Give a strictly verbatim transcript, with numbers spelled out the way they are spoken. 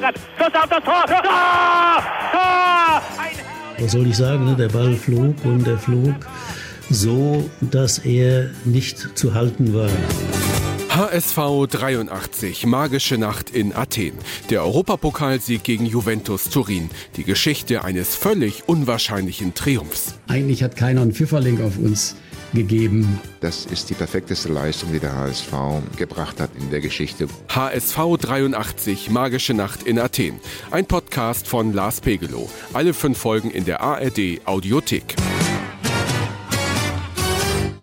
Schuss auf das Tor. Tor! Tor! Was soll ich sagen, ne? Der Ball flog und er flog so, dass er nicht zu halten war. H S V dreiundachtzig, magische Nacht in Athen. Der Europapokalsieg gegen Juventus Turin. Die Geschichte eines völlig unwahrscheinlichen Triumphs. Eigentlich hat keiner einen Pfifferling auf uns gegeben. Das ist die perfekteste Leistung, die der H S V gebracht hat in der Geschichte. H S V dreiundachtzig, magische Nacht in Athen. Ein Podcast von Lars Pegelow. Alle fünf Folgen in der A R D Audiothek.